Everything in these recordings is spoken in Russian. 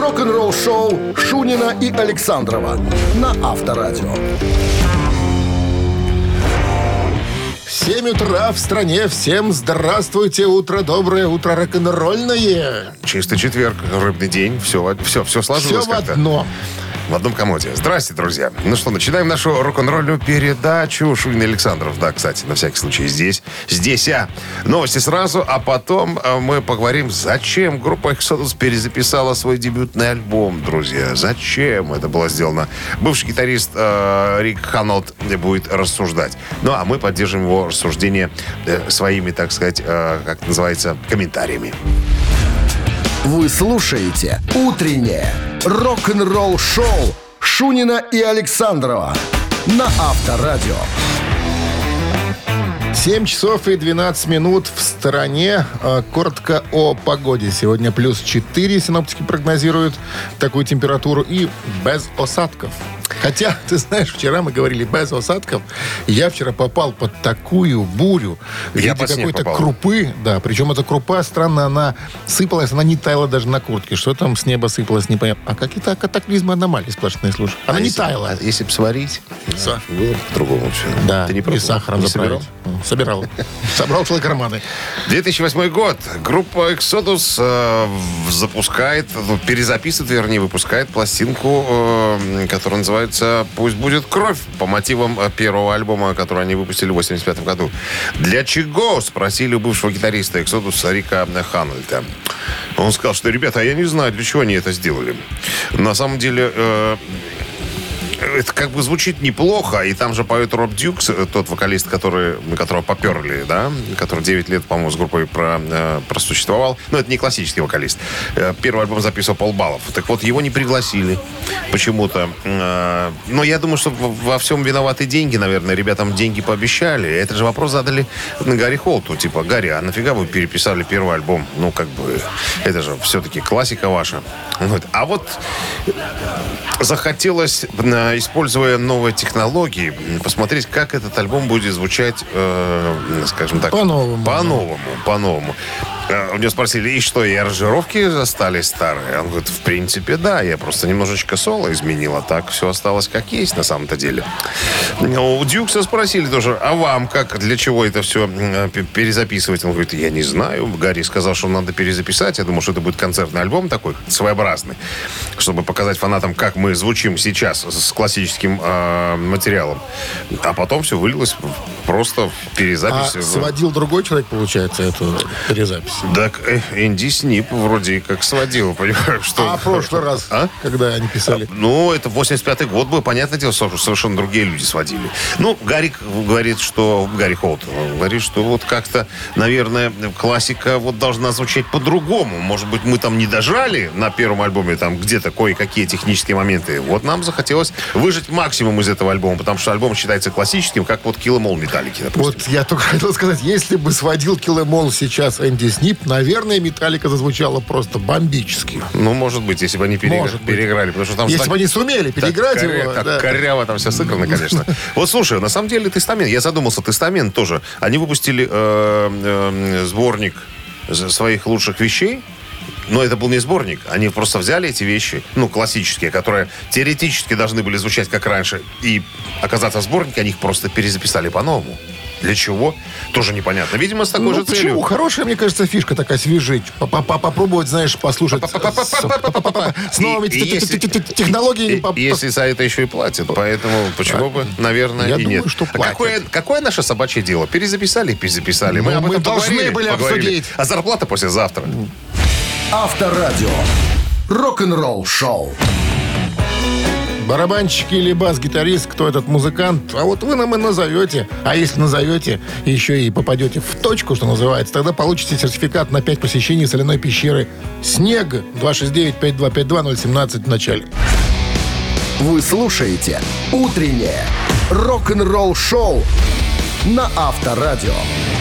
Рок-н-ролл-шоу Шунина и Александрова на Авторадио. 7 утра в стране. Всем здравствуйте. Утро доброе, утро рок-н-ролльное. Чистый четверг, рыбный день. Все сложилось Все в как-то. одно. В одном комоде. Здрасте, друзья. Ну что, начинаем нашу рок-н-ролльную передачу. Шунин и Александров. Да, кстати, на всякий случай здесь. Новости сразу, а потом мы поговорим, зачем группа Exodus перезаписала свой дебютный альбом, друзья. Зачем это было сделано? Бывший гитарист Рик Ханнот будет рассуждать. Ну, а мы поддержим его рассуждения своими, так сказать, как это называется, комментариями. Вы слушаете «Утреннее рок-н-ролл-шоу» Шунина и Александрова на Авторадио. 7 часов и 12 минут в стороне. Коротко о погоде. Сегодня плюс 4 синоптики прогнозируют такую температуру и без осадков. Хотя, ты знаешь, вчера мы говорили без осадков. Я вчера попал под такую бурю в виде какой-то крупы. Да, причем эта крупа, странно, она сыпалась, она не таяла даже на куртке. Что там с неба сыпалось, непонятно. А какие-то катаклизмы аномалии сплошные, слушай. Она не таяла. А если бы сварить, было бы по-другому все. Да, ты не и сахаром заправить. Собирал. Собрал целые карманы. 2008 год. Группа Exodus выпускает пластинку, которая называется «Пусть будет кровь», по мотивам первого альбома, который они выпустили в 1985 году. Для чего? Спросили у бывшего гитариста Exodus Рика Ханнольта. Он сказал, что, ребята, я не знаю, для чего они это сделали. На самом деле... это как бы звучит неплохо, и там же поет Роб Дьюкс, тот вокалист, которого поперли, да, который 9 лет, по-моему, с группой просуществовал. Но это не классический вокалист. Первый альбом записывал Пол Баллов. Так вот, его не пригласили почему-то. Но я думаю, что во всем виноваты деньги, наверное. Ребятам деньги пообещали. Этот же вопрос задали Гарри Холту. Типа, Гарри, а нафига вы переписали первый альбом? Ну, как бы, это же все-таки классика ваша. А вот захотелось, используя новые технологии, посмотреть, как этот альбом будет звучать, скажем так, по-новому. У него спросили, и что, и аранжировки остались старые? Он говорит, в принципе, да, я просто немножечко соло изменил, а так все осталось как есть на самом-то деле. У Дьюкса спросили тоже, а вам как, для чего это все перезаписывать? Он говорит, я не знаю. Гарри сказал, что надо перезаписать. Я думал, что это будет концертный альбом такой, своеобразный, чтобы показать фанатам, как мы звучим сейчас с классическим материалом. А потом все вылилось просто в перезапись. А сводил другой человек, получается, эту перезапись? Так, Энди Снип вроде как сводил, понимаешь, что... А в прошлый раз, когда они писали? Ну, это 85-й год был, понятное дело, что совершенно другие люди сводили. Ну, Гарри Холт говорит, что вот как-то, наверное, классика вот должна звучать по-другому. Может быть, мы там не дожали на первом альбоме, там где-то кое-какие технические моменты. Вот нам захотелось выжать максимум из этого альбома, потому что альбом считается классическим, как вот Kill 'Em All Металлики, допустим. Вот я только хотел сказать, если бы сводил Kill 'Em All сейчас Энди Снип, наверное, Металлика зазвучала просто бомбически. Ну, может быть, если бы они переиграли. Потому что там если бы они сумели переиграть его. Так коряво там все сыграно, конечно. Вот слушай, на самом деле Тестамент, я задумался, Тестамент тоже. Они выпустили сборник своих лучших вещей. Но это был не сборник. Они просто взяли эти вещи, классические, которые теоретически должны были звучать как раньше, и оказаться в сборнике, они их просто перезаписали по-новому. Для чего? Тоже непонятно. Видимо, с такой же целью. Почему? Хорошая, мне кажется, фишка такая, свежить. Попробовать, знаешь, послушать с новыми технологиями. Если за это еще и платят, поэтому почему бы, наверное, и нет. Я думаю, что платят. Какое наше собачье дело? Перезаписали. Мы об этом должны были обсудить. А зарплата послезавтра. Авторадио. Рок-н-ролл шоу. Барабанщик или бас-гитарист, кто этот музыкант, а вот вы нам и назовете. А если назовете, еще и попадете в точку, что называется, тогда получите сертификат на 5 посещений соляной пещеры «Снег». 269-5252-017 в начале. Вы слушаете «Утреннее рок-н-ролл шоу» на Авторадио.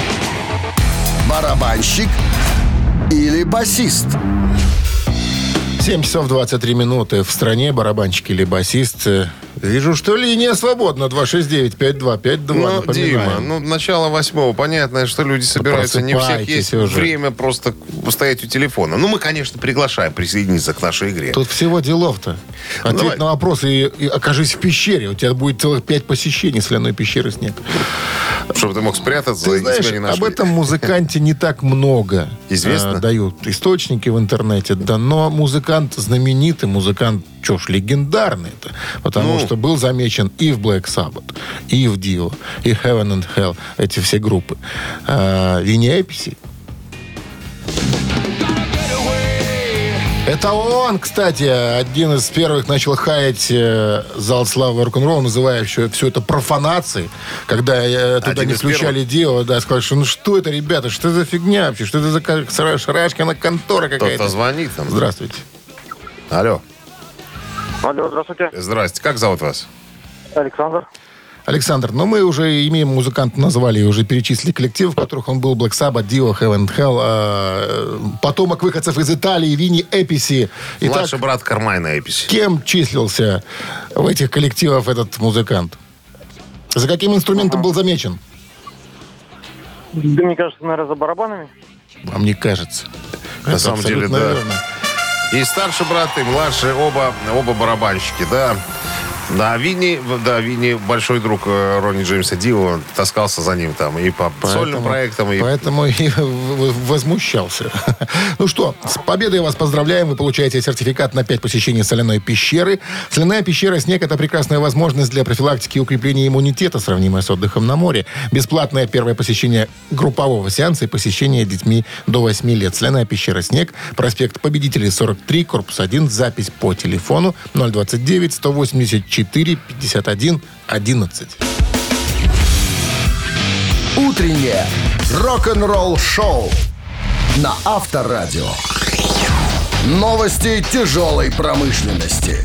Барабанщик или басист? 7 часов 23 минуты в стране. Барабанщик или басист. Вижу, что линия свободна. 269-5252. Ну, напоминаем. Дима, начало 8-го. Понятно, что люди собираются. Не у всех есть уже время просто стоять у телефона. Мы, конечно, приглашаем присоединиться к нашей игре. Тут всего делов-то. Ответь на вопрос и окажись в пещере. У тебя будет целых 5 посещений соляной пещеры «Снег». Чтобы ты мог спрятаться, Ты и знаешь, тебя не нашли. об этом музыканте не так много Известно? дают источники в интернете. Да, но музыкант знаменитый, музыкант, легендарный-то. Потому что был замечен и в Black Sabbath, и в Dio, и Heaven and Hell. Эти все группы. Винни Эписи. Это он, кстати, один из первых начал хаять зал славы рок-н-ролла, называя все это профанацией. Когда туда не включали Дио, сказали, что что это, ребята, что это за фигня вообще, что это за шарашкина контора какая-то. Кто-то звонит там. Здравствуйте. Алло. Алло, здравствуйте. Здрасте. Как зовут вас? Александр, мы уже имеем музыканта, назвали и уже перечислили коллективы, в которых он был: Black Sabbath, Dio, Heaven and Hell, потомок выходцев из Италии, Винни Эписи. Младший брат Кармайна Эписи. Кем числился в этих коллективах этот музыкант? За каким инструментом был замечен? Да, мне кажется, наверное, за барабанами. Вам не кажется? На самом деле, да. Верно. И старший брат, и младший, оба барабанщики, да. Да, Винни большой друг Ронни Джеймса Дио, таскался за ним там и по сольным проектам. Поэтому и возмущался. Ну что, с победой вас поздравляем. Вы получаете сертификат на 5 посещений соляной пещеры. Соляная пещера «Снег» — это прекрасная возможность для профилактики и укрепления иммунитета, сравнимая с отдыхом на море. Бесплатное первое посещение группового сеанса и посещение детьми до 8 лет. Соляная пещера «Снег», проспект Победителей, 43, корпус 1, запись по телефону 029 184 51 11. Утреннее рок-н-ролл-шоу на Авторадио. Новости тяжелой промышленности.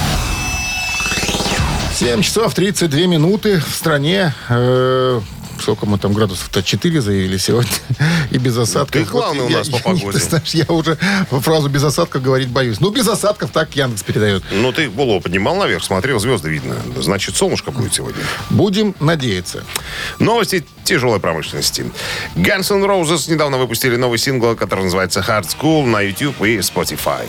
7 часов 32 минуты в стране. Сколько мы там градусов-то? 4 заявили сегодня. И без осадков. Ты главный у нас по погоде. Ты знаешь, я уже фразу «без осадков» говорить боюсь. Без осадков так Яндекс передает. Ты голову поднимал наверх, смотрел, звезды видно. Значит, солнышко будет сегодня. Будем надеяться. Новости тяжелой промышленности. Guns N' Roses недавно выпустили новый сингл, который называется Hard School на YouTube и Spotify.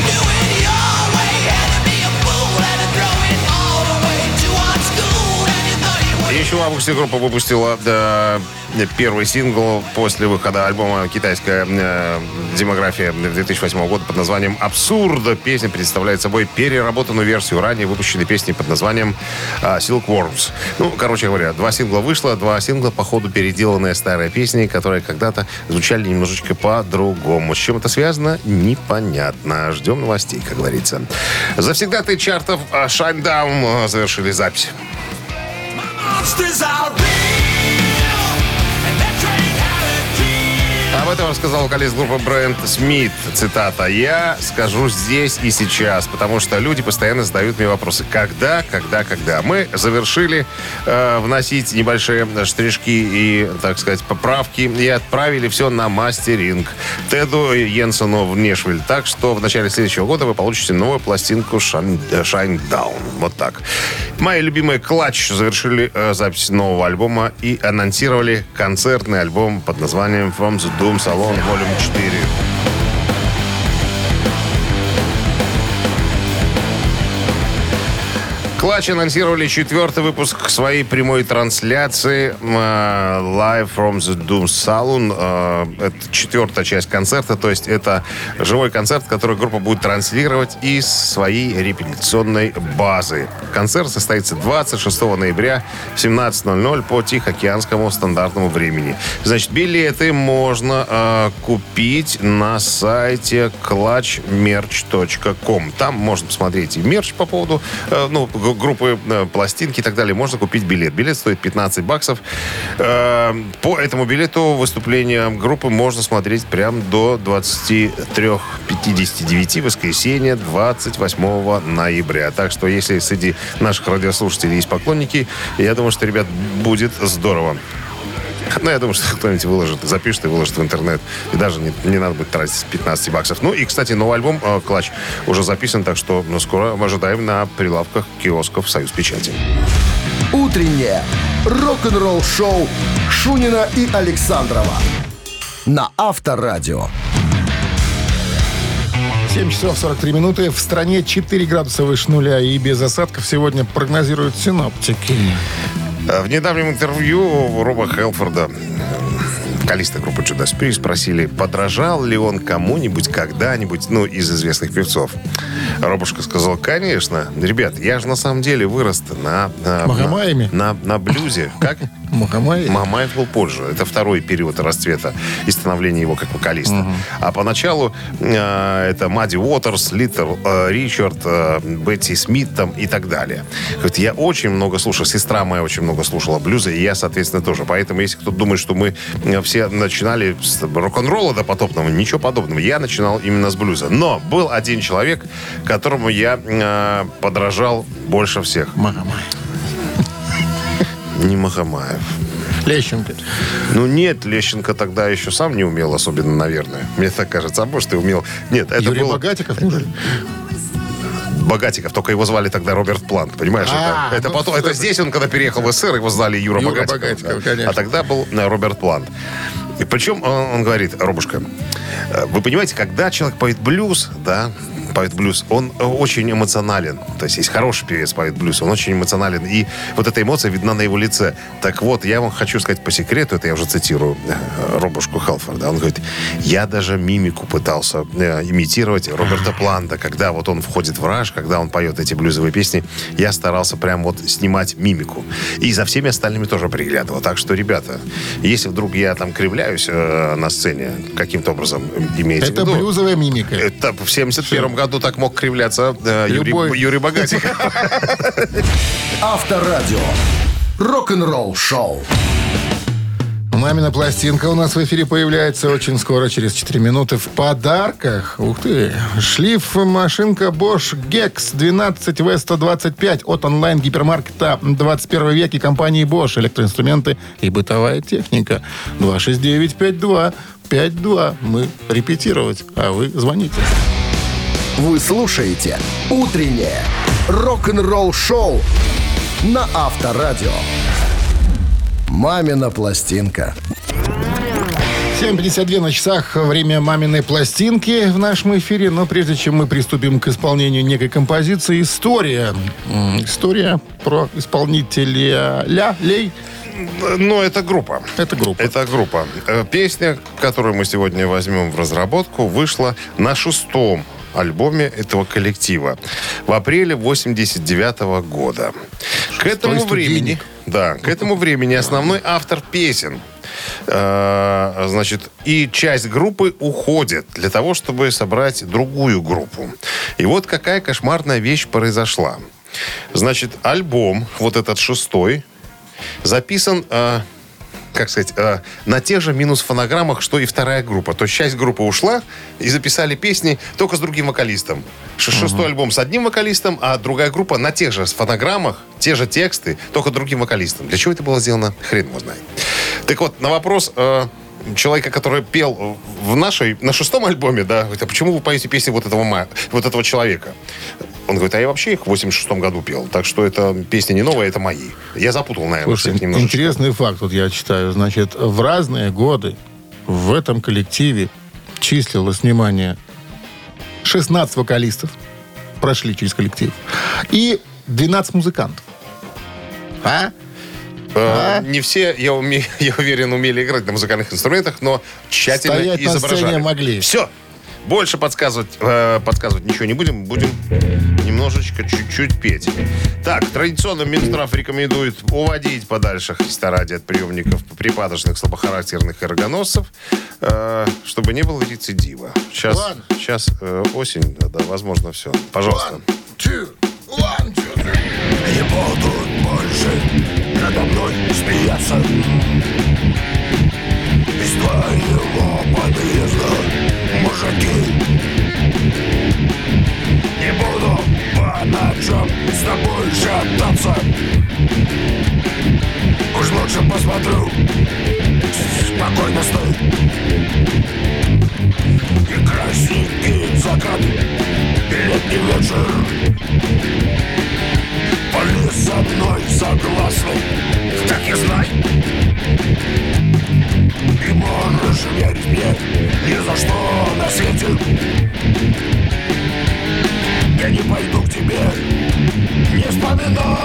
Еще в августе группа выпустила первый сингл после выхода альбома «Китайская демография» 2008 года под названием «Абсурд». Песня представляет собой переработанную версию ранее выпущенной песни под названием «Silkworms». Короче говоря, 2 сингла вышло, 2 сингла, по ходу переделанные старые песни, которые когда-то звучали немножечко по-другому. С чем это связано, непонятно. Ждем новостей, как говорится. Завсегдатые чартов Shinedown завершили запись. Об этом рассказал вокалист группы Брэнд Смит. Цитата: «Я скажу здесь и сейчас, потому что люди постоянно задают мне вопросы. Когда? Мы завершили вносить небольшие штришки и, так сказать, поправки и отправили все на мастеринг Теду Йенсену в Нэшвилл. Так что в начале следующего года вы получите новую пластинку Shinedown». Вот так. Мои любимые Clutch завершили запись нового альбома и анонсировали концертный альбом под названием From the Doom Salon Volume 4. Clutch анонсировали 4-й выпуск своей прямой трансляции Live from the Doom Saloon. Это 4-я часть концерта, то есть это живой концерт, который группа будет транслировать из своей репетиционной базы. Концерт состоится 26 ноября в 17:00 по Тихоокеанскому стандартному времени. Значит, билеты можно купить на сайте clutchmerch.com. Там можно посмотреть и мерч по поводу группы, пластинки и так далее. Можно купить билет. Билет стоит $15. По этому билету выступление группы можно смотреть прямо до 23:59 воскресенья 28 ноября. Так что, если среди наших радиослушателей есть поклонники, я думаю, что, ребят, будет здорово. Ну, я думаю, что кто-нибудь выложит, запишет и выложит в интернет. И даже не надо будет тратить 15 баксов. Ну, и, кстати, новый альбом «Клатч» уже записан, так что скоро мы ожидаем на прилавках киосков «Союз Печати». Утреннее рок-н-ролл-шоу Шунина и Александрова на Авторадио. 7 часов 43 минуты. В стране 4 градуса выше нуля и без осадков сегодня прогнозируют синоптики. В недавнем интервью Роба Хелфорда, вокалиста группы Judas Priest, спросили, подражал ли он кому-нибудь когда-нибудь, из известных певцов. Робушка сказал, конечно. Ребят, я же на самом деле вырос на блюзе. Как? Мухаммаев? Мухаммаев был позже. Это второй период расцвета и становления его как вокалиста. А поначалу это Мадди Уотерс, Литл Ричард, Бетти Смит там, и так далее. Говорит, я очень много слушал. Сестра моя очень много слушала блюза, и я, соответственно, тоже. Поэтому, если кто-то думает, что мы все начинали с рок-н-ролла допотопного, ничего подобного. Я начинал именно с блюза. Но был один человек, которому я подражал больше всех. Мухаммаев. Не Мухаммаев. Лещенко. Нет, Лещенко тогда еще сам не умел особенно, наверное. Мне так кажется. А может, и умел. Нет, это Юрий был... Богатиков, неужели? Богатиков, только его звали тогда Роберт Плант, понимаешь? Это потом, это здесь он, когда переехал в СССР, его звали Юра Богатиков. Конечно. А тогда был Роберт Плант. И причем он говорит, Робушка, вы понимаете, когда человек поет блюз, поет блюз, он очень эмоционален. То есть хороший певец поет блюз, он очень эмоционален. И вот эта эмоция видна на его лице. Так вот, я вам хочу сказать по секрету, это я уже цитирую Робушку Хелфорда. Он говорит, я даже мимику пытался имитировать Роберта Планта. Когда вот он входит в раж, когда он поет эти блюзовые песни, я старался прям вот снимать мимику. И за всеми остальными тоже приглядывал. Так что, ребята, если вдруг я там кривляюсь на сцене, каким-то образом имеете в виду... Это блюзовая мимика. Это в 71-м году так мог кривляться Юрий Богатиков. Авторадио. Рок-н-ролл шоу. Мамина пластинка у нас в эфире появляется очень скоро, через 4 минуты. В подарках, ух ты, шлиф-машинка Bosch Gex 12 V125 от онлайн-гипермаркета 21 век и компании Bosch. Электроинструменты и бытовая техника. 269-52-52. Мы репетировать, а вы звоните. Вы слушаете «Утреннее рок-н-ролл-шоу» на Авторадио. «Мамина пластинка». 7:52 на часах. Время маминой пластинки в нашем эфире. Но прежде чем мы приступим к исполнению некой композиции, история. История про исполнителя Лей. Это группа. Это группа. Песня, которую мы сегодня возьмем в разработку, вышла на 6-м альбоме этого коллектива в апреле 89 года. К этому времени основной автор песен, и часть группы уходит для того, чтобы собрать другую группу. И вот какая кошмарная вещь произошла. Альбом, вот этот 6-й, записан... на тех же минус-фонограммах, что и вторая группа. То есть часть группы ушла и записали песни только с другим вокалистом. 6-й альбом с одним вокалистом, а другая группа на тех же фонограммах, те же тексты, только другим вокалистом. Для чего это было сделано, хрен его знает. Так вот, на вопрос человека, который пел на 6-м альбоме, говорит, а почему вы поете песни вот этого человека? Он говорит, а я вообще их в 86-м году пел. Так что это песни не новые, это мои. Я запутал, наверное, всех немножечко. Интересный факт, вот я читаю. В разные годы в этом коллективе числилось, внимание, 16 вокалистов прошли через коллектив. И 12 музыкантов. Не все, я уверен, умели играть на музыкальных инструментах, но тщательно стоять изображали. На сцене могли. Все. Больше подсказывать ничего не будем. Будем немножечко, чуть-чуть петь. Так, традиционно Минздрав рекомендует уводить подальше Христа-ради от приемников припадочных, слабохарактерных и рогоносцев, чтобы не было рецидива. Сейчас осень, возможно, все. Пожалуйста. Не будут больше надо мной смеяться. Из твоего подъезда мужики. Не буду по ночам с тобой шататься. Уж лучше посмотрю и вечер. Полез со мной согласный, так и знай. И можешь верить мне ни за что на свете. Я не пойду к тебе, не вспоминай.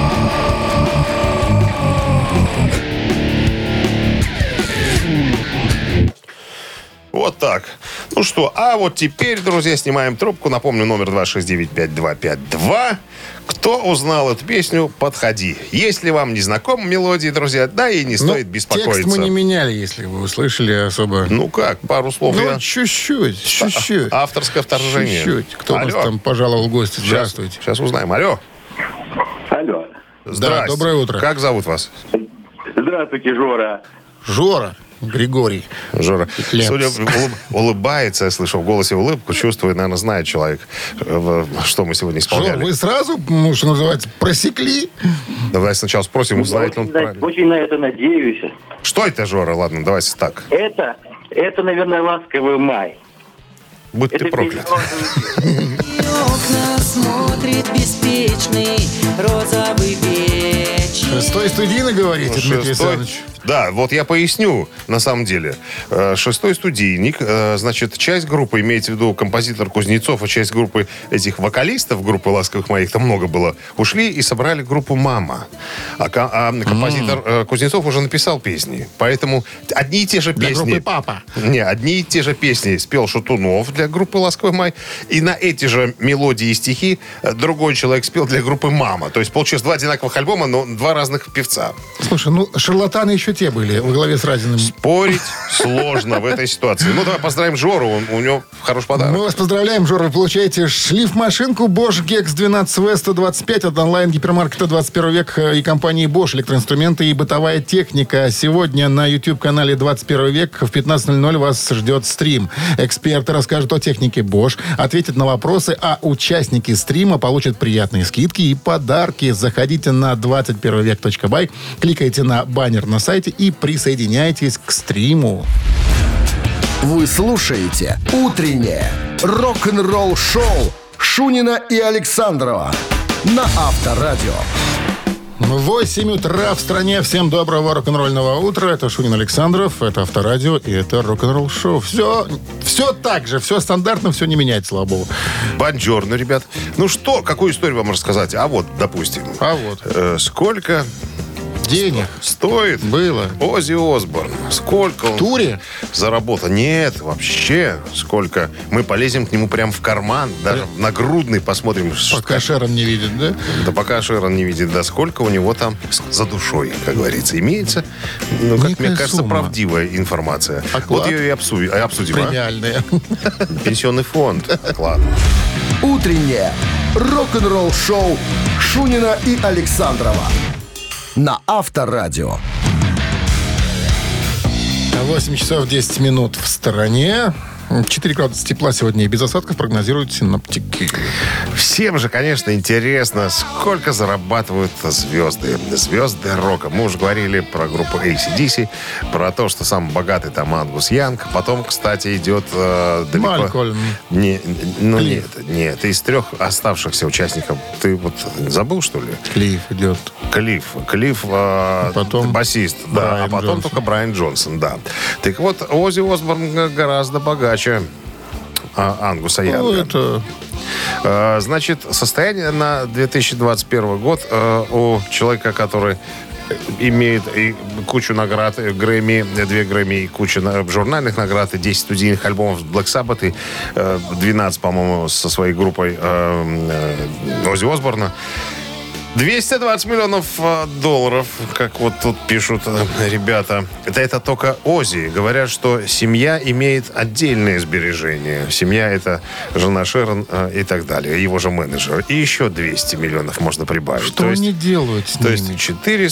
Вот так. Ну что, а вот теперь, друзья, снимаем трубку. Напомню, номер 269-5252. Кто узнал эту песню, подходи. Если вам не знакома мелодия, друзья, да и не стоит беспокоиться. Текст мы не меняли, если вы услышали особо. Ну как, пару слов. Ну, чуть-чуть. Авторское вторжение. Чуть-чуть. Кто Алло. у нас там пожаловал в гости? Здравствуйте. Сейчас узнаем. Алло. Алло. Здрасте. доброе утро. Как зовут вас? Здравствуйте, Жора. Жора. Григорий. Жора. Лепс. Судя, улыбается, я слышу в голосе улыбку, чувствует, наверное, знает человек, что мы сегодня Жор, исполняли. вы сразу, что называется, просекли? Давай сначала спросим, узнает ли он правильно. Очень на это надеюсь. Что это, Жора? Ладно, давайте так. Это, наверное, «Ласковый май». Будь Это ты проклят. Окна смотрит беспечный розовый вечер. Шестой студийный, говорите, Дмитрий Шестой. Александрович? Да, вот я поясню, на самом деле. Шестой студийник, значит, часть группы, имеется в виду композитор Кузнецов, а часть группы этих вокалистов, группы «Ласковых моих», там много было, ушли и собрали группу «Мама». А композитор Кузнецов уже написал песни. Поэтому одни и те же Для песни... группы «Папа». Не, одни и те же песни спел Шатунов для группы «Ласковый май», и на эти же мелодии и стихи другой человек спел для группы «Мама». То есть получилось два одинаковых альбома, но два разных певца. Слушай, ну, шарлатаны еще те были во главе с Разиным. Спорить сложно в этой ситуации. Ну, давай поздравим Жору, у него хороший подарок. Мы вас поздравляем, Жора. Вы получаете шлифмашинку Bosch Gex 12V 125 от онлайн-гипермаркета 21 век и компании Bosch. Электроинструменты и бытовая техника. Сегодня на YouTube-канале 21 век в 15:00 вас ждет стрим. Эксперты расскажут о технике Bosch, ответят на вопросы, а участники стрима получат приятные скидки и подарки. Заходите на 21век.бай, кликайте на баннер на сайте и присоединяйтесь к стриму. Вы слушаете «Утреннее рок-н-ролл-шоу» Шунина и Александрова на Авторадио. 8 утра в стране. Всем доброго рок-н-ролльного утра. Это Шунин Александров, это Авторадио и это рок-н-ролл шоу. Все так же, все стандартно, все не меняется, слава богу. Бонжорно, ребят. Ну что, какую историю вам рассказать? А вот, допустим. Сколько Денег стоит было. Оззи Осборн? Сколько он туре? заработал? Нет, вообще. Сколько? Мы полезем к нему прям в карман, даже в нагрудный посмотрим. Пока Шерон не видит, да? Да пока Шерон не видит, да сколько у него там за душой, как говорится, имеется. Ну, как Некая мне кажется, сумма. правдивая информация. Оклад? Вот ее и обсудим. Премиальные. Пенсионный фонд. Оклад. «Утреннее рок-н-ролл-шоу» Шунина и Александрова на Авторадио. 8 часов 10 минут в стороне. 4 градуса тепла сегодня и без осадков прогнозируют синоптики. Всем же, конечно, интересно, сколько зарабатывают звезды. Звезды рока. Мы уже говорили про группу AC/DC, про то, что самый богатый там Ангус Янг. Потом, кстати, идет далеко... Малькольм. Нет, из 3 оставшихся участников. Ты вот забыл, что ли? Клифф идет. Клифф, Потом басист, да, Брайан а потом Джонсон. только Брайан Джонсон, да. Так вот, Оззи Осборн гораздо богаче Ангуса Ну, Янга. это... Значит, состояние на 2021 год у человека, который имеет и кучу наград, Грэмми, 2 Грэмми, и кучу журнальных наград, и 10 студийных альбомов Black Sabbath, и 12, по-моему, со своей группой Оззи Осборна. 220 миллионов долларов, как вот тут пишут ребята. Это только Оззи. Говорят, что семья имеет отдельные сбережения. Семья — это жена Шерон и так далее. Его же менеджер. И еще 200 миллионов можно прибавить. Что они делают с То ними? есть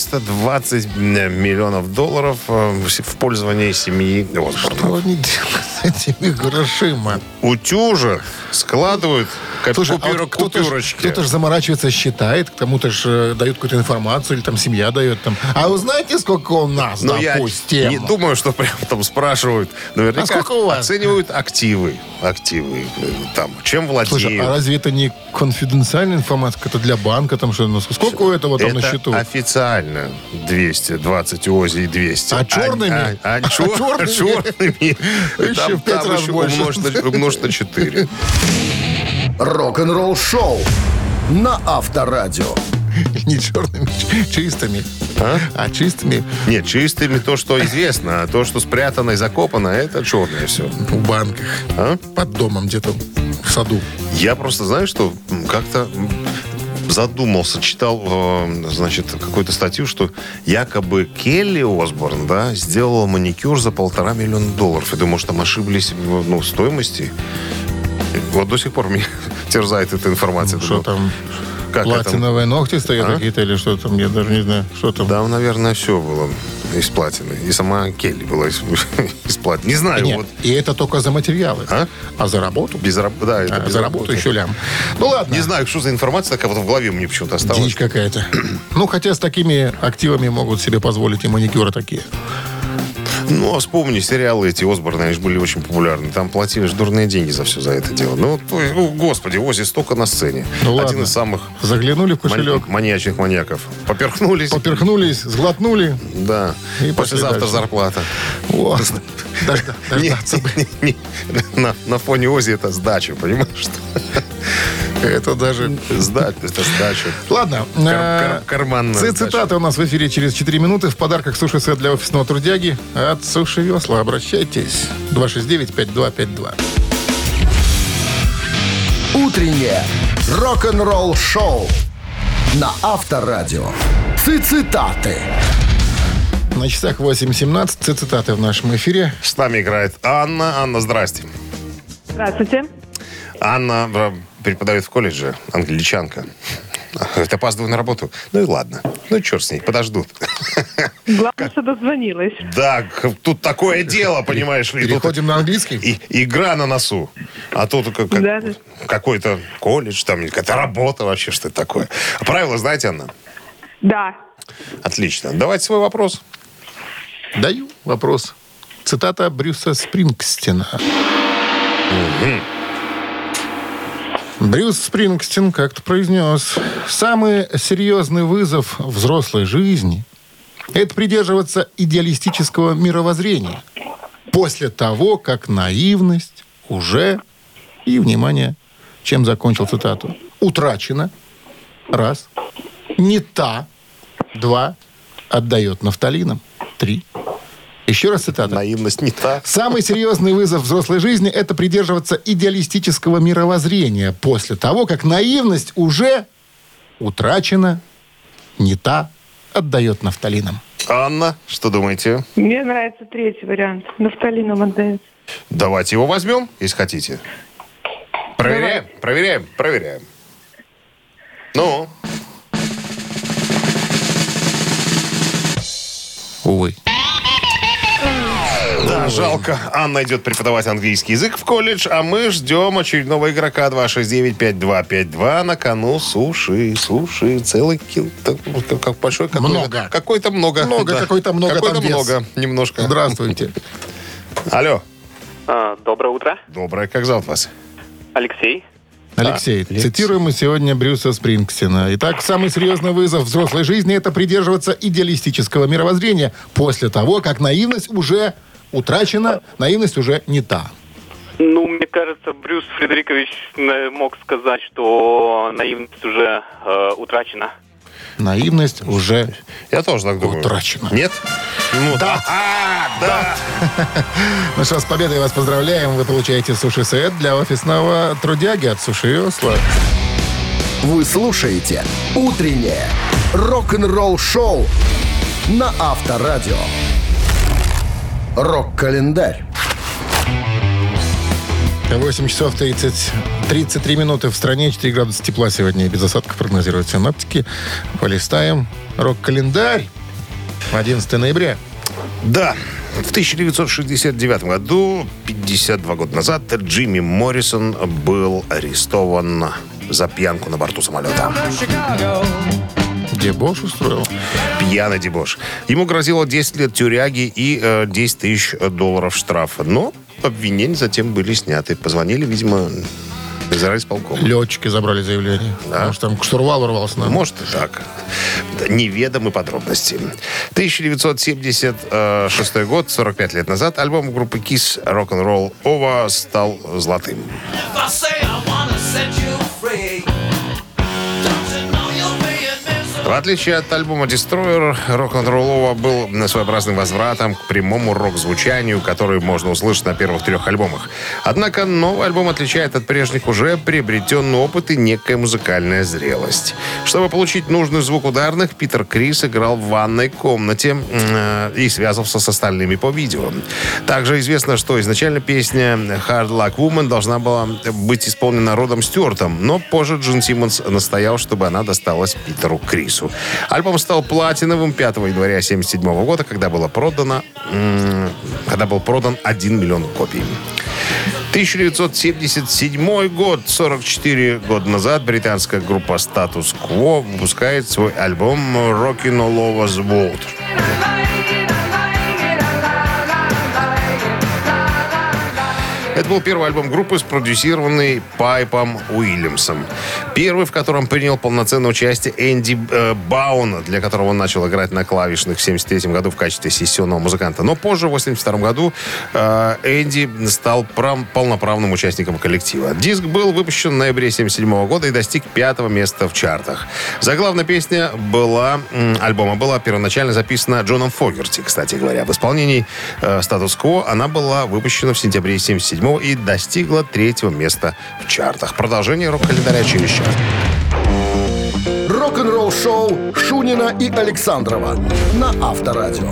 420 миллионов долларов в пользовании семьи Осборна. Что они делают? с этими грошима? Утюжат, складывают Слушай, а вот купюрочки. кто-то же заморачивается, считает, кому-то же дают какую-то информацию, или там семья дает. Там. А вы знаете, сколько у нас, Но допустим? я не думаю, что прям там спрашивают. Наверняка А сколько у вас? оценивают активы. Там, чем владеют. Слушай, а разве это не конфиденциальная информация? Это для банка там что? Ну, сколько у этого там на счету? Это официально 220 ОЗИ и 200. А черными? Черными. Еще в 5 раз больше. Умножить на 4. Рок-н-ролл шоу на Авторадио. Не черными, чистыми. А чистыми Нет, чистыми то, что известно, а то, что спрятано и закопано, это черное все. в банках. Под домом где-то в саду. Я просто, знаю, что как-то задумался, читал, значит, какую-то статью, что якобы Келли Осборн, да, сделала маникюр за $1,5 миллиона. Я думаю, что там ошиблись в стоимости. Вот до сих пор меня терзает эта информация. Что там? Как Платиновые ногти стоят какие-то или что там? Я даже не знаю, что там. Да, наверное, все было из платины. И сама Келли была из платины. Не знаю. Нет, вот. и это только за материалы. А за работу? Да, это без за работу еще лям. Ну ладно. Не знаю, что за информация такая вот в голове мне почему-то осталась. Дичь какая-то. Ну, хотя с такими активами могут себе позволить и маникюры такие. Ну, а вспомни, сериалы эти Осборны, они же были очень популярны. Там платили же дурные деньги за все за это дело. Ну, господи, Оззи столько на сцене. Ну, один ладно. из самых Заглянули в кошелек. маньячных маньяков. Поперхнулись. Сглотнули. Да. И послезавтра дальше. Зарплата. О, дождаться бы. На фоне Оззи это сдача, понимаешь? Это даже... Это сдача. Ладно. Карманная сдача. Цитаты у нас в эфире через 4 минуты. В подарках суши-сет для офисного трудяги от Суши Весла. Обращайтесь. 269-5252. Утреннее рок-н-ролл-шоу на Авторадио. Цитаты. На часах 8:17. Цитаты в нашем эфире. С нами играет Анна. Анна, здрасте. Здравствуйте. Анна преподает в колледже, англичанка. Говорит, опаздываю на работу. Ну и ладно. Ну, черт с ней, подождут. Главное, что дозвонилась. Да, тут такое дело, понимаешь ли. Переходим на английский? Игра на носу. А тут Да. какой-то колледж, там какая-то работа вообще, что это такое. Правила знаете, Анна? Да. Отлично. Давайте свой вопрос. Даю вопрос. Цитата Брюса Спрингстина. Брюс Спрингстин как-то произнес: «Самый серьезный вызов взрослой жизни – это придерживаться идеалистического мировоззрения после того, как наивность уже, и, внимание, чем закончил цитату, утрачена, раз, не та, два, отдает нафталином, три». Еще раз цитата. Наивность не та. Самый серьезный вызов взрослой жизни – это придерживаться идеалистического мировоззрения после того, как наивность уже утрачена, не та, отдает нафталином. Анна, что думаете? Мне нравится третий вариант. Нафталином отдается. Давайте его возьмем, если хотите. Проверяем. Ну? Увы. Да, жалко. Анна идет преподавать английский язык в колледж, а мы ждем очередного игрока 269-5252. На кону суши. Целый кило. Как большой. Много. Какой-то много. Да. Какой-то много. Какой-то там вес. много. Немножко. Здравствуйте. Алло. Доброе утро. Доброе. Как зовут вас? Алексей. Алексей, цитируем мы сегодня Брюса Спрингстина. Итак, самый серьезный вызов взрослой жизни – это придерживаться идеалистического мировоззрения после того, как наивность уже утрачена, наивность уже не та. Ну, мне кажется, Брюс Фредерикович мог сказать, что наивность уже утрачена. Наивность уже Я тоже так думаю. утрачена. Нет? Ну, Да. Да. Ну что, с победой вас поздравляем. Вы получаете суши-сет для офисного трудяги от Суши Весла. Вы слушаете «Утреннее рок-н-ролл-шоу» на Авторадио. Рок-календарь. 8 часов 33 минуты в стране, 4 градуса тепла сегодня и без осадков прогнозируют синоптики. Полистаем рок-календарь. 11 ноября. Да, в 1969 году, 52 года назад, Джимми Моррисон был арестован за пьянку на борту самолета. Дебош устроил. Пьяный дебош. Ему грозило 10 лет тюряги и 10 тысяч долларов штрафа. Но обвинения затем были сняты. Позвонили, видимо, из райисполкома. Летчики забрали заявление. Да. Потому что там штурвал ворвался. Может и так. Неведомы подробности. 1976 год, 45 лет назад, альбом группы Kiss «Rock'n'Roll Over» стал золотым. В отличие от альбома Destroyer, Rock'n'Roll Over был своеобразным возвратом к прямому рок-звучанию, который можно услышать на первых 3 альбомах. Однако новый альбом отличает от прежних уже приобретенный опыт и некая музыкальная зрелость. Чтобы получить нужный звук ударных, Питер Крис играл в ванной комнате и связывался с остальными по видео. Также известно, что изначально песня Hard Luck Woman должна была быть исполнена Родом Стюартом, но позже Джин Симмонс настоял, чтобы она досталась Питеру Крису. Альбом стал платиновым 5 января 1977 года, когда был продан 1 миллион копий. 1977 год, 44 года назад, британская группа Status Quo выпускает свой альбом «Rockin' All Over the World». Это был первый альбом группы, спродюсированный Пайпом Уильямсом. Первый, в котором принял полноценное участие Энди Баун, для которого он начал играть на клавишных в 1973 году в качестве сессионного музыканта. Но позже, в 1982 году, Энди стал полноправным участником коллектива. Диск был выпущен в ноябре 1977 года и достиг 5-го места в чартах. Заглавная песня альбома была первоначально записана Джоном Фогерти, кстати говоря. В исполнении «Статус Кво» она была выпущена в сентябре 1977 и достигла 3-го места в чартах. Продолжение рок-календаря через час. Рок-н-ролл шоу Шунина и Александрова на Авторадио.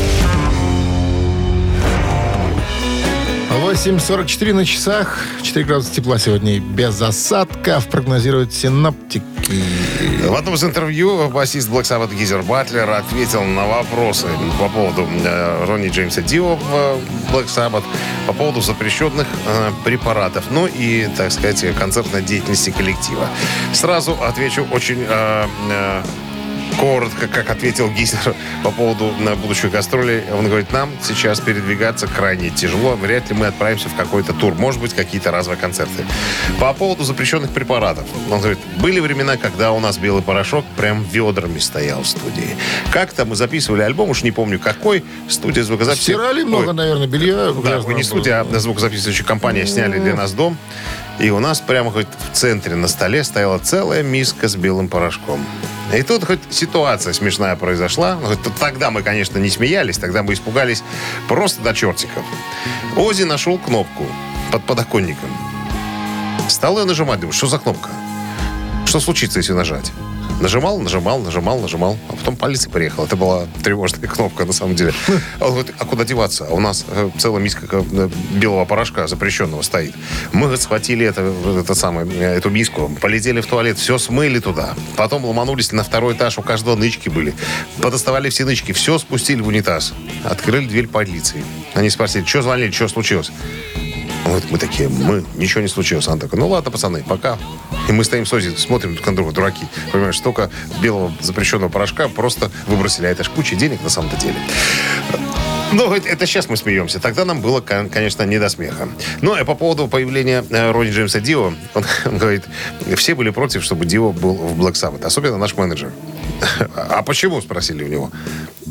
8:44 на часах. 4 градуса тепла сегодня и без осадков, прогнозируют синоптики. В одном из интервью басист Black Sabbath Гизер Батлер ответил на вопросы по поводу Ронни Джеймса Дио в Black Sabbath, по поводу запрещенных препаратов, ну и, так сказать, концертной деятельности коллектива. Сразу отвечу очень коротко, как ответил Гизнер по поводу будущих гастролей. Он говорит, нам сейчас передвигаться крайне тяжело. Вряд ли мы отправимся в какой-то тур. Может быть, какие-то разовые концерты. По поводу запрещенных препаратов. Он говорит, были времена, когда у нас белый порошок прям ведрами стоял в студии. Как-то мы записывали альбом, уж не помню какой, студия звукозаписи. Стирали много, наверное, белья. Да, не студия, а звукозаписывающая компания сняли для нас дом. И у нас прямо хоть в центре на столе стояла целая миска с белым порошком. И тут хоть ситуация смешная произошла. Тогда мы, конечно, не смеялись, тогда мы испугались просто до чертиков. Оззи нашел кнопку под подоконником. Стал ее нажимать. Думаю, что за кнопка? Что случится, если нажать? Нажимал, а потом полиция приехала. Это была тревожная кнопка, на самом деле. Он говорит, а куда деваться? А у нас целая миска белого порошка запрещенного стоит. Мы, говорит, схватили эту миску, полетели в туалет, все смыли туда. Потом ломанулись на 2-й этаж, у каждого нычки были. Подоставали все нычки, все спустили в унитаз. Открыли дверь полиции. Они спросили, что звонили, что случилось? Вот мы такие, ничего не случилось. Она такая, ну ладно, пацаны, пока. И мы стоим с Оззи, смотрим друг на друга, дураки. Понимаешь, столько белого запрещенного порошка просто выбросили. А это ж куча денег на самом-то деле. Ну, это сейчас мы смеемся. Тогда нам было, конечно, не до смеха. Ну, и по поводу появления Ронни Джеймса Дио, он говорит, все были против, чтобы Дио был в Black Sabbath. Особенно наш менеджер. А почему, спросили у него.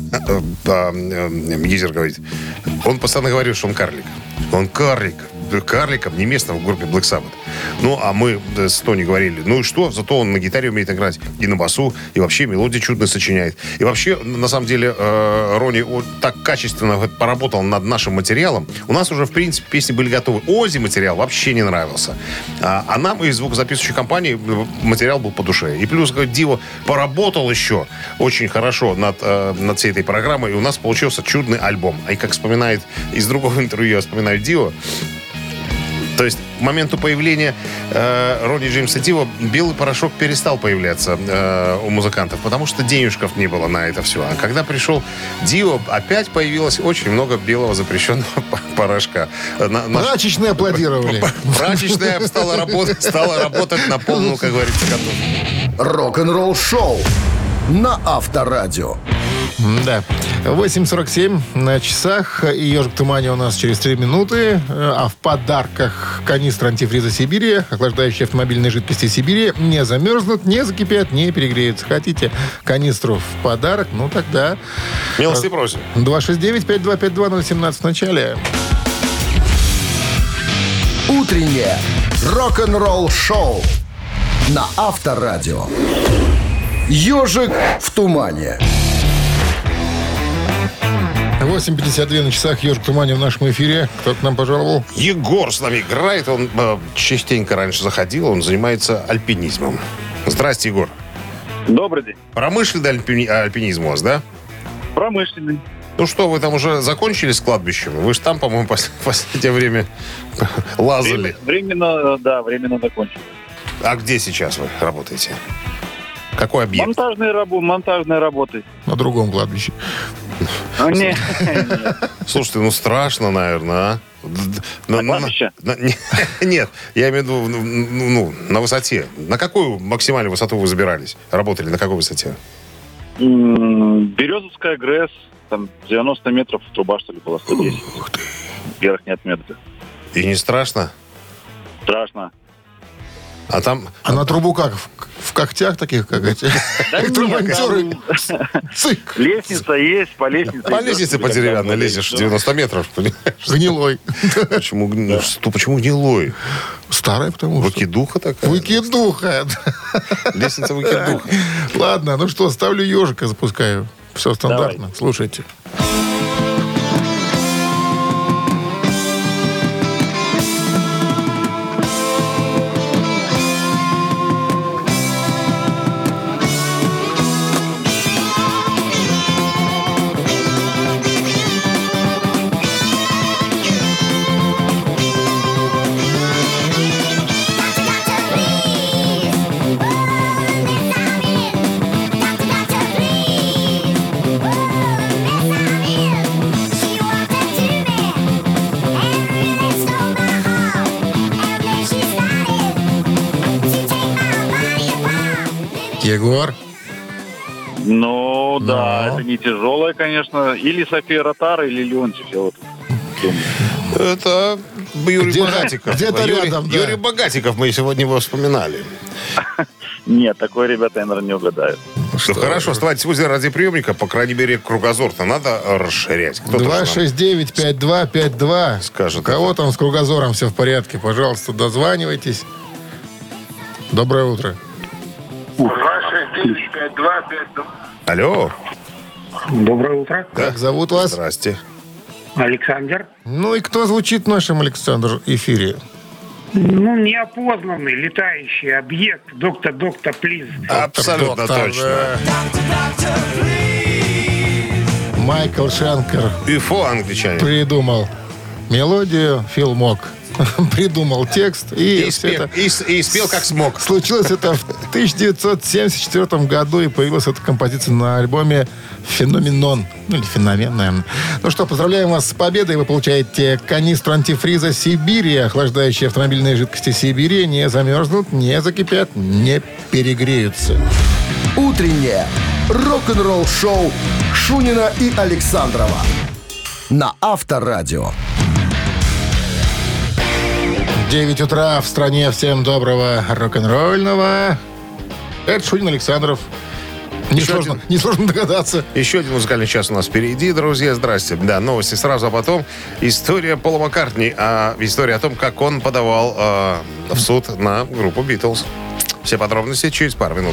Гизер говорит, он постоянно говорил, что он карлик. Он карлик. Карликом не место в группе Black Sabbath. Ну, а мы с Тони говорили, ну и что? Зато он на гитаре умеет играть и на басу, и вообще мелодии чудно сочиняет. И вообще, на самом деле, Ронни так качественно поработал над нашим материалом. У нас уже, в принципе, песни были готовы. Оззи материал вообще не нравился. А нам из звукозаписывающей компании материал был по душе. И плюс, Дио поработал еще очень хорошо над всей этой программой, и у нас получился чудный альбом. И как вспоминает из другого интервью, я вспоминаю Дио, То есть к моменту появления Ронни Джеймса Дио белый порошок перестал появляться у музыкантов, потому что денежков не было на это все. А когда пришел Дио, опять появилось очень много белого запрещенного порошка. Прачечные аплодировали. Прачечная стала работать на полную, как говорится, катушку. Рок-н-ролл шоу на Авторадио. Да. 8:47 на часах. И «Ежик в тумане» у нас через 3 минуты. А в подарках канистра антифриза «Сибирия», охлаждающие автомобильные жидкости «Сибирия», не замерзнут, не закипят, не перегреются. Хотите канистру в подарок? Ну, тогда... Милости просим. 269-5252-017 в начале. Утреннее рок-н-ролл шоу на Авторадио. «Ежик в тумане». 8:52 на часах. «Ежик в тумане» в нашем эфире. Кто к нам пожаловал? Егор с нами играет. Он частенько раньше заходил. Он занимается альпинизмом. Здрасте, Егор. Добрый день. Промышленный альпинизм у вас, да? Промышленный. Ну что, вы там уже закончили с кладбищем? Вы же там, по-моему, в последнее время лазали. Временно закончил. А где сейчас вы работаете? Какой объект? Монтажные работы. На другом кладбище. Нет. Слушайте, ну страшно, наверное, а? На кладбище? Нет, я имею в виду, на высоте. На какую максимальную высоту вы забирались? Работали на какой высоте? Березовская ГРЭС. Там 90 метров труба, что ли, была 110. Ух ты. Верхняя отметка. И не страшно? Страшно. А там... А на трубу как? В когтях таких, как эти? Трубонтеры. Цик. Лестница есть, по лестнице. По лестнице по деревянной лезешь 90 метров. Гнилой. Почему гнилой? Старая, потому что... Выкидуха такая? Выкидуха. Лестница выкидуха. Ладно, ну что, ставлю «Ежика», запускаю. Все стандартно. Давай. Слушайте. Егор? Ну, да, это не тяжелое, конечно. Или София Ротару, или Леонтьев, я вот думаю. Это Юрий Где-то- Богатиков. где-то рядом, да. Юрий Богатиков, мы сегодня его вспоминали. Нет, такое, ребята, я, наверное, не угадаю. Ну хорошо, оставайтесь возле радиоприемника, по крайней мере, кругозор-то надо расширять. Кто-то же нам 269-5252. скажет У кого там с кругозором все в порядке? Пожалуйста, дозванивайтесь. Доброе утро. 269-5252. Алло. Доброе утро. Как зовут вас? Здрасте. Александр. Ну и кто звучит в нашем, Александр, эфире? Ну, неопознанный летающий объект. Доктор, плиз. Абсолютно Доктор, точно. Майкл Шенкер ЮФО англичанин. придумал мелодию, Фил Мок придумал текст. И спел как смог. Случилось это в 1974 году, и появилась эта композиция на альбоме «Феноменон». Ну, или «Феномен», наверное. Ну что, поздравляем вас с победой. Вы получаете канистру антифриза «Сибирия». Охлаждающие автомобильные жидкости «Сибирия» не замерзнут, не закипят, не перегреются. Утреннее рок-н-ролл-шоу Шунина и Александрова на Авторадио. 9 утра в стране. Всем доброго рок-н-ролльного. Это Шунин Александров. Несложно догадаться. Еще один музыкальный час у нас впереди, друзья. Здрасте. Да, новости сразу, а потом история Пола Маккартни. История о том, как он подавал в суд на группу «Битлз». Все подробности через пару минут.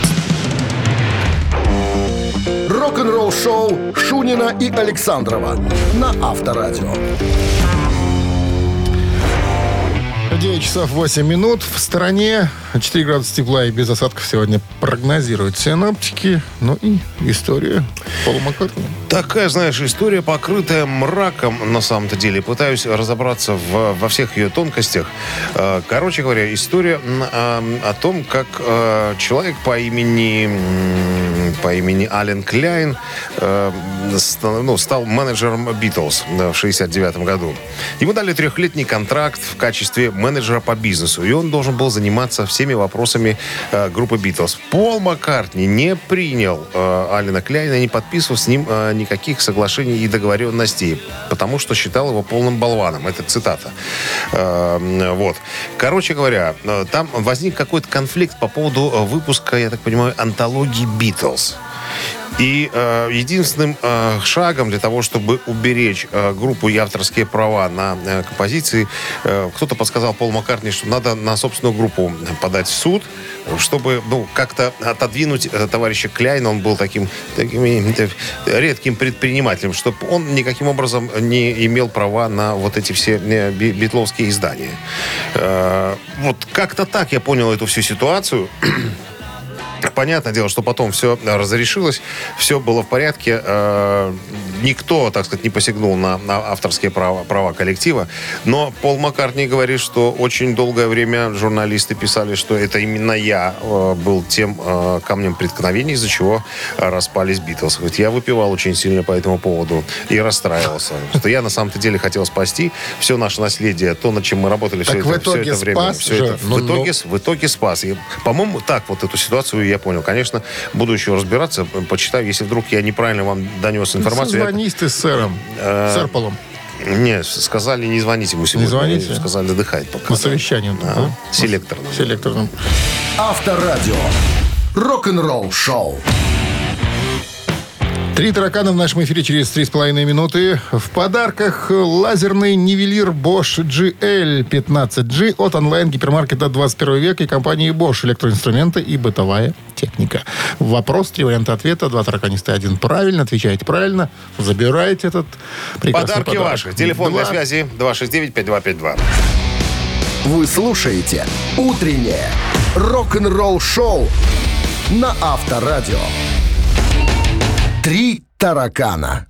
Рок-н-ролл-шоу Шунина и Александрова на Авторадио. 9 часов 8 минут. В стороне 4 градуса тепла и без осадков сегодня прогнозируют синоптики. Ну и история Пола Маккартни. Такая, знаешь, история, покрытая мраком на самом-то деле. Пытаюсь разобраться во всех ее тонкостях. Короче говоря, история о том, как человек по имени Ален Кляйн стал менеджером Битлз в 1969 году. Ему дали 3-летний контракт в качестве менеджера по бизнесу, и он должен был заниматься всеми вопросами группы Битлз. Пол Маккартни не принял Алена Кляйна, не подписывал с ним никаких соглашений и договоренностей, потому что считал его полным болваном. Это цитата. Вот. Короче говоря, там возник какой-то конфликт по поводу выпуска, я так понимаю, антологии Битлз. И единственным шагом для того, чтобы уберечь группу и авторские права на композиции, кто-то подсказал Полу Маккартни, что надо на собственную группу подать в суд, чтобы как-то отодвинуть товарища Кляйна. Он был таким редким предпринимателем, чтобы он никаким образом не имел права на вот эти все битловские издания. Вот как-то так я понял эту всю ситуацию. Понятное дело, что потом все разрешилось, все было в порядке. Никто, так сказать, не посягнул на авторские права коллектива. Но Пол Маккартни говорит, что очень долгое время журналисты писали, что это именно я был тем камнем преткновения, из-за чего распались Битлз. Я выпивал очень сильно по этому поводу и расстраивался. Что я на самом-то деле хотел спасти все наше наследие, то, над чем мы работали все это время. В итоге спас. И, по-моему, так вот эту ситуацию я понял. Конечно, буду еще разбираться, почитаю. Если вдруг я неправильно вам донес информацию... Созвонись ты с сэром, с Полом. Нет, сказали, не звоните ему сегодня. Не звоните? Сказали, отдыхать пока. На совещании. Селекторном. Авторадио. Рок-н-ролл шоу. 3 таракана в нашем эфире через 3,5 минуты. В подарках лазерный нивелир Bosch GL15G от онлайн-гипермаркета 21 века и компании Bosch. Электроинструменты и бытовая техника. Вопрос, 3 варианта ответа. 2 тараканиста, 1 правильно. Отвечаете правильно. Забираете этот прекрасный подарки подарок. ваши. Телефон для связи 269-5252. Вы слушаете «Утреннее рок-н-ролл-шоу» на Авторадио. 3 таракана.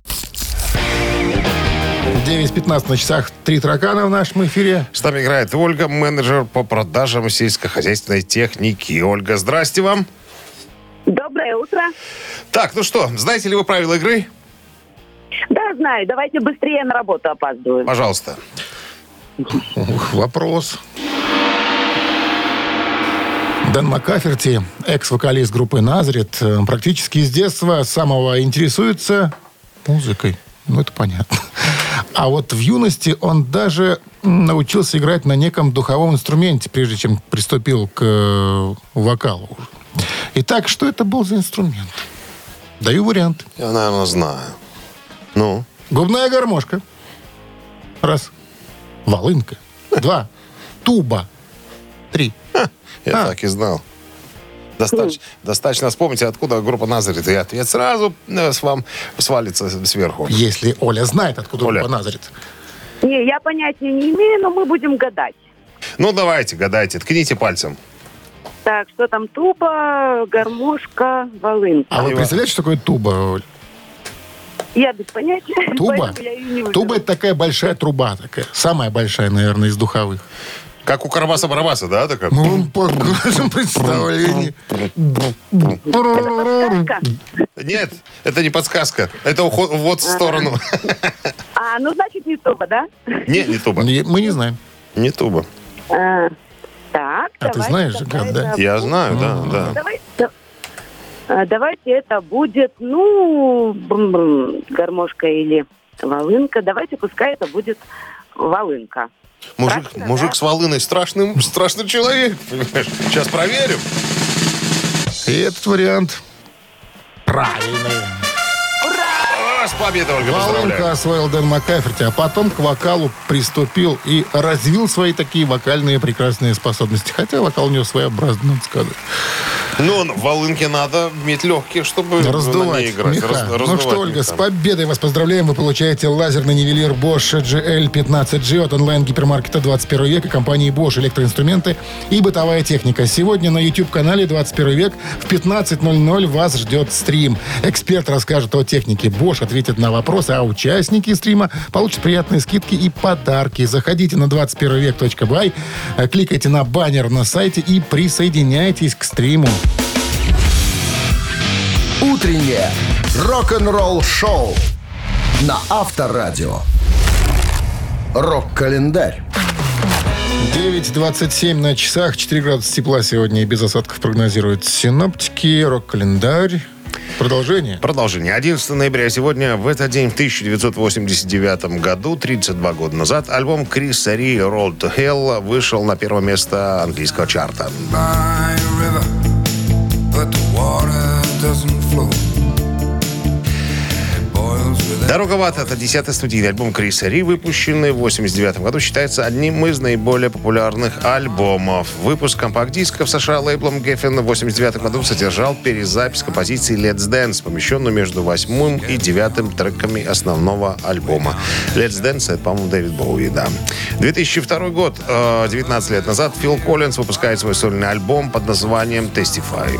9:15 на часах. 3 таракана в нашем эфире. С нами играет Ольга, менеджер по продажам сельскохозяйственной техники. Ольга, здрасте вам. Доброе утро. Так, ну что, знаете ли вы правила игры? Да, знаю. Давайте быстрее, на работу опаздываю. Пожалуйста. Вопрос. Дэн Маккаферти, экс-вокалист группы «Назарет», практически с детства самого интересуется музыкой. Ну, это понятно. А вот в юности он даже научился играть на неком духовом инструменте, прежде чем приступил к вокалу. Итак, что это был за инструмент? Даю вариант. Я, наверное, знаю. Ну? Губная гармошка. 1. Волынка. 2. Туба. 3. Я так и знал. Достаточно вспомнить, откуда группа «Назарет», и ответ сразу вам свалится сверху. Если Оля знает, откуда группа «Назарет». Не, я понятия не имею, но мы будем гадать. Ну, давайте, гадайте, ткните пальцем. Так, что там? Туба, гармошка, волынка. А вы представляете, что такое туба, Оль? Я без понятия. Туба? Туба — это такая большая труба, такая. Самая большая, наверное, из духовых. Как у Карабаса-Барабаса, да? Такая? Ну, по нашему представлению. Нет, это не подсказка. Это увод в сторону. Ну, значит, не туба, да? Не туба. Мы не знаем. Не туба. Так, а ты знаешь, да? Я знаю, да. Давайте это будет, гармошка или волынка. Давайте, пускай это будет волынка. Мужик с волыной страшный человек. Понимаешь? Сейчас проверим. И этот вариант правильный. Ура! С победой, Ольга, волынка поздравляю. освоил Дэн Маккаферти, а потом к вокалу приступил и развил свои такие вокальные прекрасные способности. Хотя вокал у него своеобразный, надо сказать. Ну, в волынке надо иметь легкие, чтобы на ней Раздувать играть. меха. Ну Раздувать что, Ольга, меха. с победой вас поздравляем. Вы получаете лазерный нивелир Bosch GL15G от онлайн-гипермаркета 21 век и компании Bosch электроинструменты и бытовая техника. Сегодня на YouTube-канале 21 век в 15:00 вас ждет стрим. Эксперт расскажет о технике Bosch, ответит на вопросы, а участники стрима получат приятные скидки и подарки. Заходите на 21vek.by, кликайте на баннер на сайте и присоединяйтесь к стриму. Утреннее рок-н-ролл-шоу на Авторадио. Рок-календарь. 9:27 на часах, 4 градуса тепла сегодня и без осадков прогнозируют синоптики. Рок-календарь. Продолжение. 11 ноября сегодня, в этот день, в 1989 году, 32 года назад, альбом Криса Ри «Road to Hell» вышел на первое место английского чарта. «Дорога в ад» — это 10-й студийный альбом Криса Ри, выпущенный в 1989 году, считается одним из наиболее популярных альбомов. Выпуск компакт-диска в США лейблом Geffen в 1989 году содержал перезапись композиции «Let's Dance», помещенную между 8-м и 9-м треками основного альбома. «Let's Dance» — это, по-моему, Дэвид Боуи, да. 2002 год, 19 лет назад, Фил Коллинз выпускает свой сольный альбом под названием «Testify».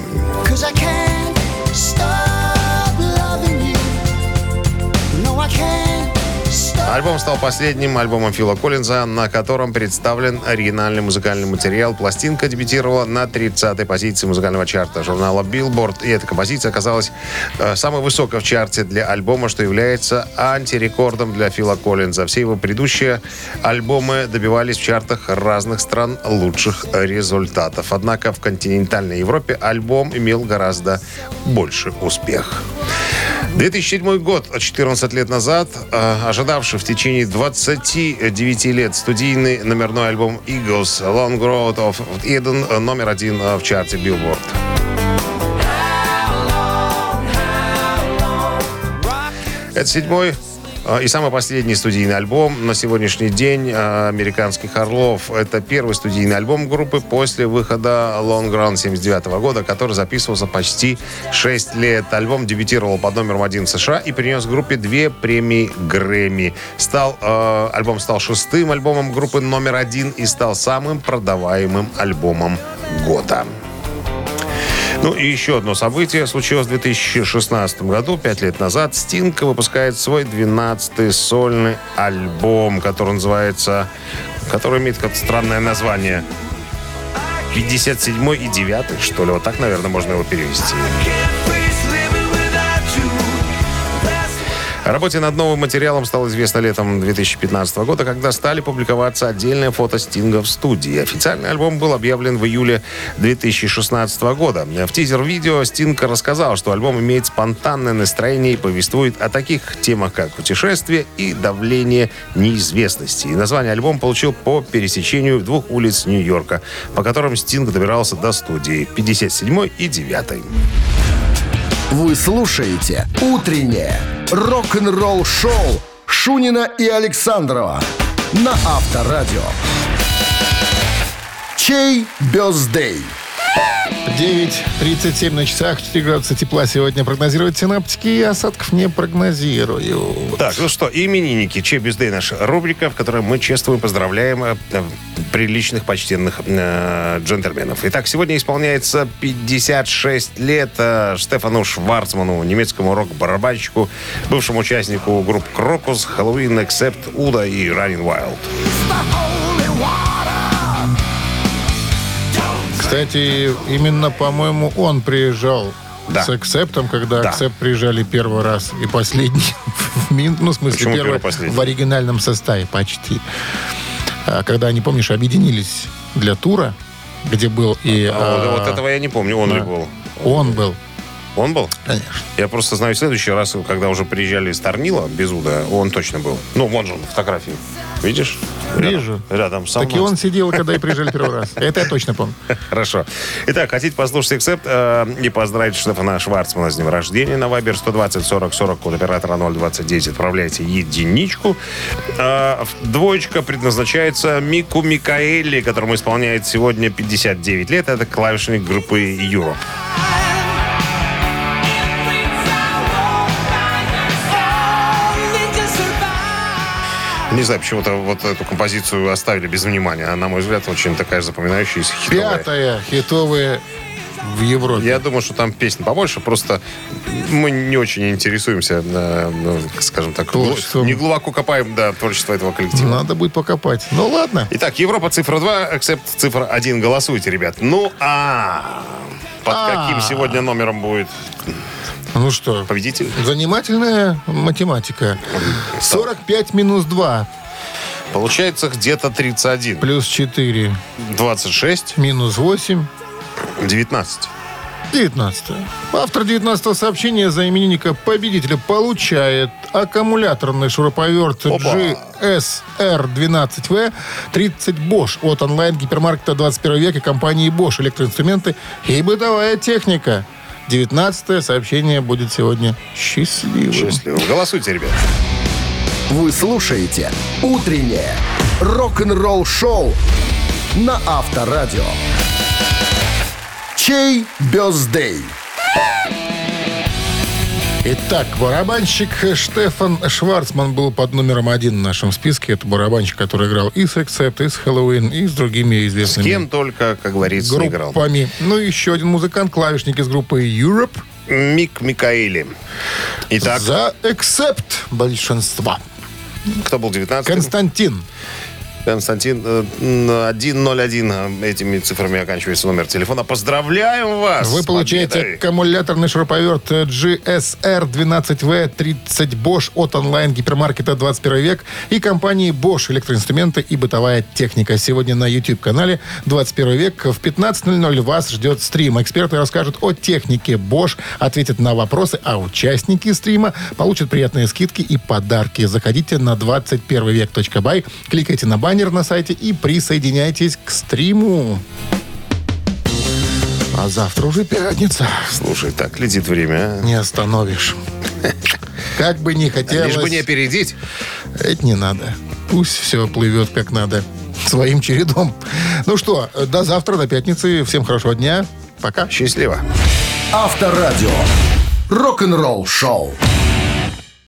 Альбом стал последним альбомом Фила Коллинза, на котором представлен оригинальный музыкальный материал. Пластинка дебютировала на 30-й позиции музыкального чарта журнала Billboard, и эта композиция оказалась самой высокой в чарте для альбома, что является антирекордом для Фила Коллинза. Все его предыдущие альбомы добивались в чартах разных стран лучших результатов. Однако в континентальной Европе альбом имел гораздо больше успех. 2007 год, 14 лет назад, ожидавший в течение 29 лет студийный номерной альбом Eagles Long Road of Eden номер 1 в чарте Billboard. Это 7-й и самый последний студийный альбом на сегодняшний день американских «Орлов». Это первый студийный альбом группы после выхода Long Run 79 года, который записывался почти 6 лет. Альбом дебютировал под номером 1 в США и принес группе 2 премии Грэмми. Альбом стал 6-м альбомом группы номер 1 и стал самым продаваемым альбомом года. Ну и еще одно событие случилось в 2016 году, 5 лет назад. Стинг выпускает свой 12-й сольный альбом, который имеет какое-то странное название. 57-й и 9-й, что ли. Вот так, наверное, можно его перевести. О работе над новым материалом стало известно летом 2015 года, когда стали публиковаться отдельные фото Стинга в студии. Официальный альбом был объявлен в июле 2016 года. В тизер-видео Стинг рассказал, что альбом имеет спонтанное настроение и повествует о таких темах, как путешествие и давление неизвестности. И название альбома получил по пересечению 2 улиц Нью-Йорка, по которым Стинг добирался до студии, 57-й и 9-й. Вы слушаете «Утреннее рок-н-ролл-шоу» Шунина и Александрова на Авторадио. Чей бёздей? 9:37 на часах, 4 градуса тепла сегодня прогнозируют синаптики, и осадков не прогнозируют. Так, ну что, именинники, чей бюздей наша рубрика, в которой мы чествуем, поздравляем приличных, почтенных джентльменов. Итак, сегодня исполняется 56 лет Штефану Шварцману, немецкому рок-барабанщику, бывшему участнику групп Крокус, Хэллоуин, Accept, Уда и Running Wild. Кстати, именно, по-моему, он приезжал с Accept'ом, когда Accept приезжали первый раз и последний. Ну, в смысле, Почему первый в оригинальном составе почти. Когда они, помнишь, объединились для тура, где был и... Вот этого я не помню, он ли был? Он был. Он был? Конечно. Я просто знаю, в следующий раз, когда уже приезжали из Торнила, без Уда, он точно был. Ну, вон же он, фотографии. Видишь? Вижу. Рядом со мной. Так и он сидел, когда и приезжали первый раз. Это я точно помню. Хорошо. Итак, хотите послушать Accept и поздравить Штефана Шварцмана с днем рождения? На Вайбер 120-40-40, код оператора 029. Отправляйте единичку. Двоечка предназначается Мику Микаэли, которому исполняет сегодня 59 лет. Это клавишник группы Europe. Не знаю, почему-то вот эту композицию оставили без внимания. Она, на мой взгляд, очень такая же запоминающаяся, хитовая. 5-я хитовая в Европе. Я думаю, что там песен побольше, просто мы не очень интересуемся, скажем так, Творчеством. не глубоко копаем творчество этого коллектива. Надо будет покопать. Ну, ладно. Итак, Европа цифра 2, Акцепт цифра 1. Голосуйте, ребят. Под каким сегодня номером будет Ну что, победитель? занимательная математика. 45 минус 2 Получается где-то 31. плюс 4 26, минус 8 19. 19. Автор 19-го сообщения за именинника победителя получает аккумуляторный шуруповерт GSR-12V 30 Bosch от онлайн-гипермаркета 21 век и компании Bosch. Электроинструменты и бытовая техника. 19-е сообщение будет сегодня счастливым. Счастливо. Голосуйте, ребят. Вы слушаете «Утреннее рок-н-ролл-шоу» на Авторадио. Чей бёздей? Итак, барабанщик Штефан Шварцман был под номером 1 в нашем списке. Это барабанщик, который играл и с Accept, и с Хэллоуин, и с другими С известными кем только, как говорится, не играл. группами. Ну, еще один музыкант, клавишник из группы Europe. Мик Микаэли. Итак, За Accept большинства. кто был 19? Константин. Константин 101. Этими цифрами оканчивается номер телефона. Поздравляем вас! Вы с получаете победой. аккумуляторный шуруповерт GSR-12V 30 Bosch от онлайн-гипермаркета 21 век и компании Bosch. Электроинструменты и бытовая техника. Сегодня на YouTube-канале 21 век в 15:00 вас ждет стрим. Эксперты расскажут о технике Bosch, ответят на вопросы, а участники стрима получат приятные скидки и подарки. Заходите на 21век.бай, кликайте на баннер на сайте и присоединяйтесь к стриму. А завтра уже пятница. Слушай, так летит время, Не остановишь. Как бы ни хотелось... Лишь бы не опередить. Это не надо. Пусть все плывет как надо. Своим чередом. Ну что, до завтра, до пятницы. Всем хорошего дня. Пока. Счастливо. Авторадио. Рок-н-ролл-шоу.